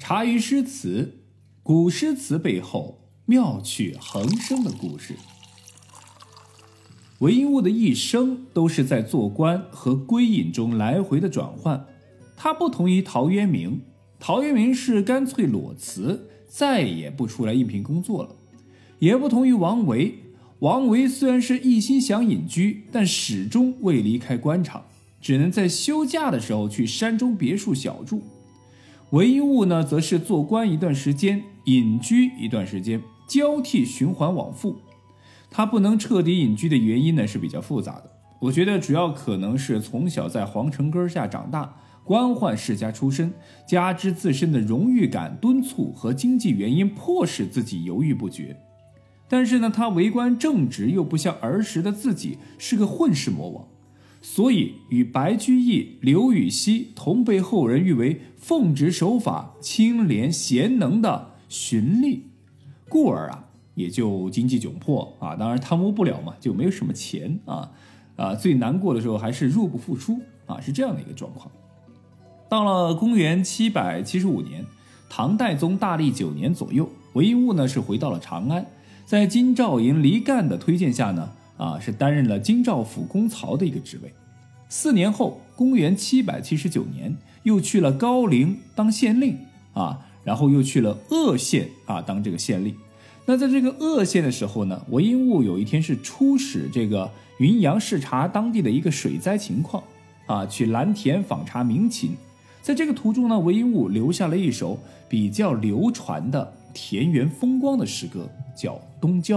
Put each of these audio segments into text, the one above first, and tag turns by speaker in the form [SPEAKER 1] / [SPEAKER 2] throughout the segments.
[SPEAKER 1] 茶余诗词，古诗词背后妙趣横生的故事。韦应物的一生都是在做官和归隐中来回的转换。他不同于陶渊明，陶渊明是干脆裸辞，再也不出来应聘工作了。也不同于王维，王维虽然是一心想隐居，但始终未离开官场，只能在休假的时候去山中别墅小住。韦应物呢，则是做官一段时间，隐居一段时间，交替循环往复。他不能彻底隐居的原因呢，是比较复杂的。我觉得主要可能是从小在皇城根下长大，官宦世家出身，加之自身的荣誉感敦促和经济原因，迫使自己犹豫不决。但是呢，他为官正直，又不像儿时的自己是个混世魔王，所以与白居易、刘禹锡同被后人誉为奉旨守法、清廉贤能的荀吏，故而也就经济窘迫当然贪污不了嘛，就没有什么钱最难过的时候还是入不敷出是这样的一个状况。到了公元775年，唐代宗大历9年左右，韦应物呢是回到了长安，在京兆尹黎干的推荐下呢是担任了京兆府公曹的一个职位。4年后，公元779年，又去了高陵当县令然后又去了鄂县当这个县令。那在这个鄂县的时候呢，韦应物有一天是出使这个云阳视察当地的一个水灾情况去蓝田访查民情。在这个途中呢，韦应物留下了一首比较流传的田园风光的诗歌，叫《东郊》。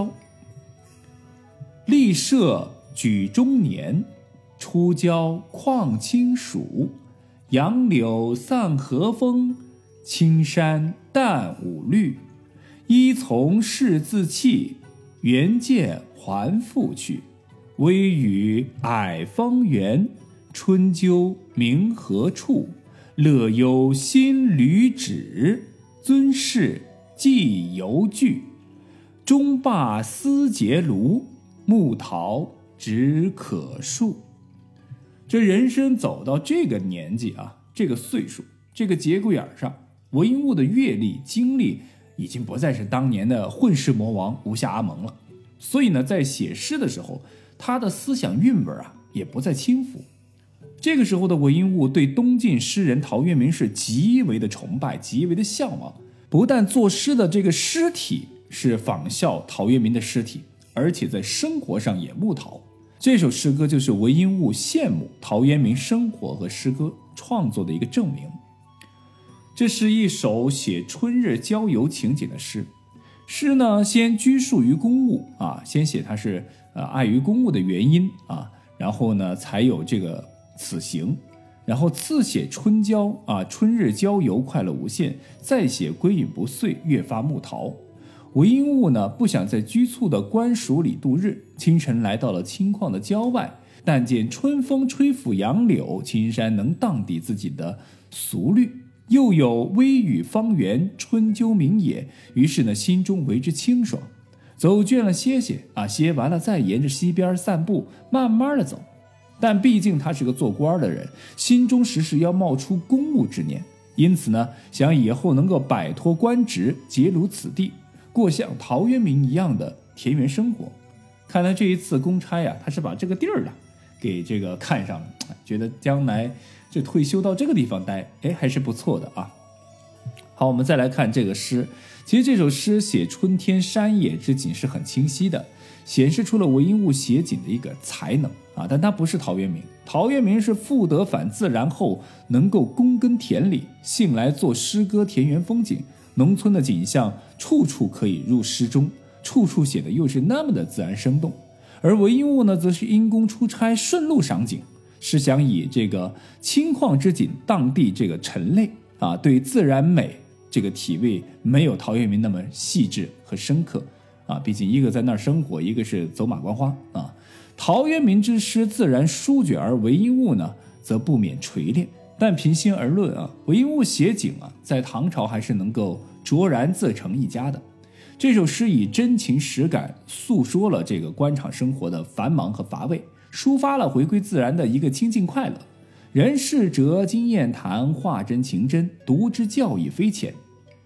[SPEAKER 1] 立社举中年，出郊况清暑。杨柳散和风，青山淡五绿。依从事自弃，原见还复去。微雨霭芳园，春究明何处？乐游新履止，尊士既犹惧。终罢思结庐，木桃只可数。这人生走到这个年纪这个岁数，这个节骨眼上，韦应物的阅历经历已经不再是当年的混世魔王吴下阿蒙了。所以呢，在写诗的时候，他的思想韵味也不再轻浮。这个时候的韦应物对东晋诗人陶渊明是极为的崇拜，极为的向往。不但作诗的这个诗体是仿效陶渊明的诗体，而且在生活上也慕陶。这首诗歌就是韦应物羡慕陶渊明生活和诗歌创作的一个证明。这是一首写春日郊游情景的诗。诗呢，先拘束于公务先写他是碍于公务的原因然后呢才有这个此行，然后次写春郊春日郊游快乐无限，再写归隐不遂，越发慕陶。韦应物呢，不想在拘促的官署里度日，清晨来到了清旷的郊外，但见春风吹拂杨柳，青山能荡涤自己的俗虑，又有微雨芳园，春究明也，于是呢，心中为之清爽。走倦了歇歇歇完了再沿着溪边散步，慢慢的走。但毕竟他是个做官的人，心中时时要冒出公务之念，因此呢，想以后能够摆脱官职，结庐此地，过像陶渊明一样的田园生活。看来这一次公差他是把这个地儿给这个看上了，觉得将来这退休到这个地方待还是不错的好，我们再来看这个诗。其实这首诗写春天山野之景是很清晰的，显示出了韦应物写景的一个才能但他不是陶渊明。陶渊明是复得返自然后能够躬耕田里，信来做诗歌田园风景，农村的景象处处可以入诗中，处处写的又是那么的自然生动。而韦应物呢，则是因公出差顺路赏景，是想以这个清旷之景荡涤这个尘类对自然美这个体味没有陶渊明那么细致和深刻毕竟一个在那儿生活，一个是走马观花陶渊明之诗自然舒卷，而韦应物呢则不免锤炼。但平心而论韦应物写景在唐朝还是能够卓然自成一家的。这首诗以真情实感诉说了这个官场生活的繁忙和乏味，抒发了回归自然的一个清净快乐。人世哲经验谈，话真情真，读之教亦非浅。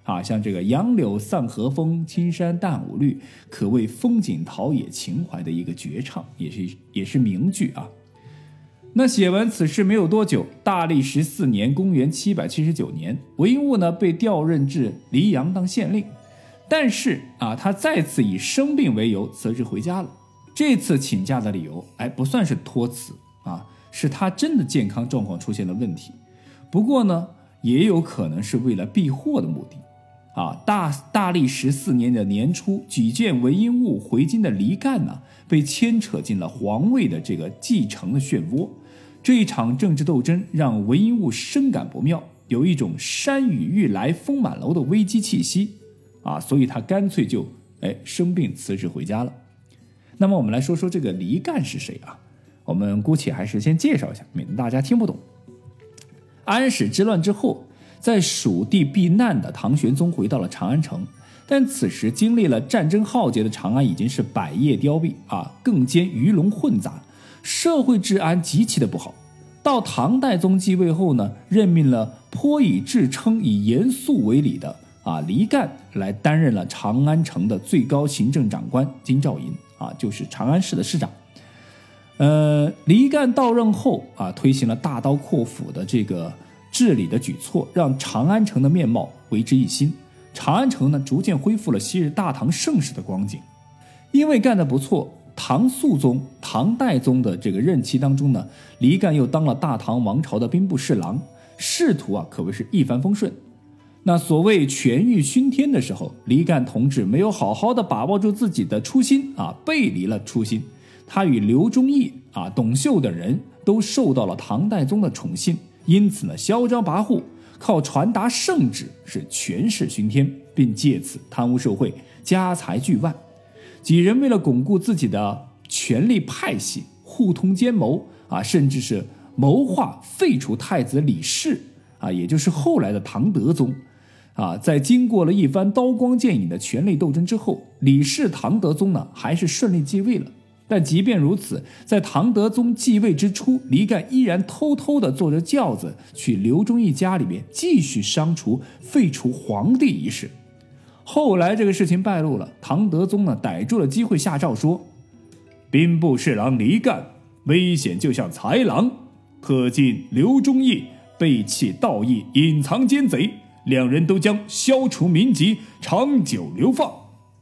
[SPEAKER 1] 像这个杨柳散和风，青山淡五绿，可谓风景陶冶情怀的一个绝唱，也是名句啊。那写完此事没有多久，大历14年，公元779年，韦应物呢被调任至黎阳当县令，但是他再次以生病为由辞职回家了。这次请假的理由不算是托辞是他真的健康状况出现了问题。不过呢，也有可能是为了避祸的目的大历14年的年初，举荐韦应物回京的黎干呢，被牵扯进了皇位的这个继承的漩涡。这一场政治斗争让韦应物深感不妙，有一种山雨欲来风满楼的危机气息所以他干脆就生病辞职回家了。那么我们来说说这个黎干是谁我们姑且还是先介绍一下，免得大家听不懂。安史之乱之后，在蜀地避难的唐玄宗回到了长安城，但此时经历了战争浩劫的长安已经是百业凋敝更兼鱼龙混杂，社会治安极其的不好。到唐代宗继位后呢，任命了颇以至称以严肃为礼的黎干来担任了长安城的最高行政长官京兆尹就是长安市的市长。黎干到任后推行了大刀阔斧的这个治理的举措，让长安城的面貌为之一新。长安城呢逐渐恢复了昔日大唐盛世的光景。因为干得不错，唐肃宗、唐代宗的这个任期当中呢，黎干又当了大唐王朝的兵部侍郎，仕途可谓是一帆风顺。那所谓权欲熏天的时候，黎干同志没有好好的把握住自己的初心背离了初心。他与刘忠义董秀等人都受到了唐代宗的宠信，因此呢嚣张跋扈，靠传达圣旨是权势熏天，并借此贪污受贿，家财巨万。几人为了巩固自己的权力派系，互通奸谋甚至是谋划废除太子李氏也就是后来的唐德宗在经过了一番刀光剑影的权力斗争之后，李氏唐德宗呢还是顺利继位了。但即便如此，在唐德宗继位之初，黎干依然偷偷地坐着轿子去刘忠义家里面继续商除废除皇帝一事。后来这个事情败露了，唐德宗呢逮住了机会下诏说，兵部侍郎黎干危险就像豺狼，可见刘忠义背弃道义，隐藏奸贼，两人都将消除民籍，长久流放。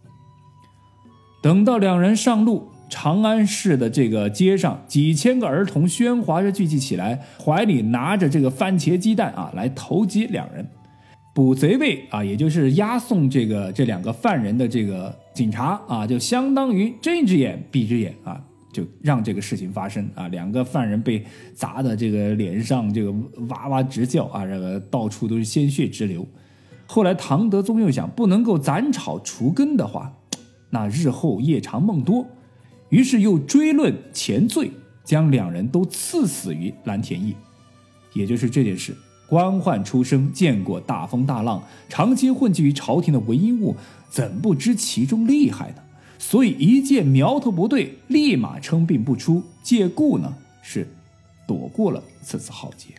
[SPEAKER 1] 等到两人上路，长安市的这个街上，几千个儿童喧哗着聚集起来，怀里拿着这个番茄鸡蛋来投接两人。捕贼卫也就是押送这两个犯人的这个警察就相当于睁一只眼闭一只眼就让这个事情发生两个犯人被砸的这个脸上这个哇哇直叫这个到处都是鲜血直流。后来唐德宗又想，不能够斩草除根的话，那日后夜长梦多，于是又追论前罪，将两人都赐死于蓝田驿。也就是这件事，官宦出身，见过大风大浪，长期混迹于朝廷的韦应物怎不知其中厉害呢？所以一见苗头不对，立马称病不出，借故呢是躲过了此次浩劫。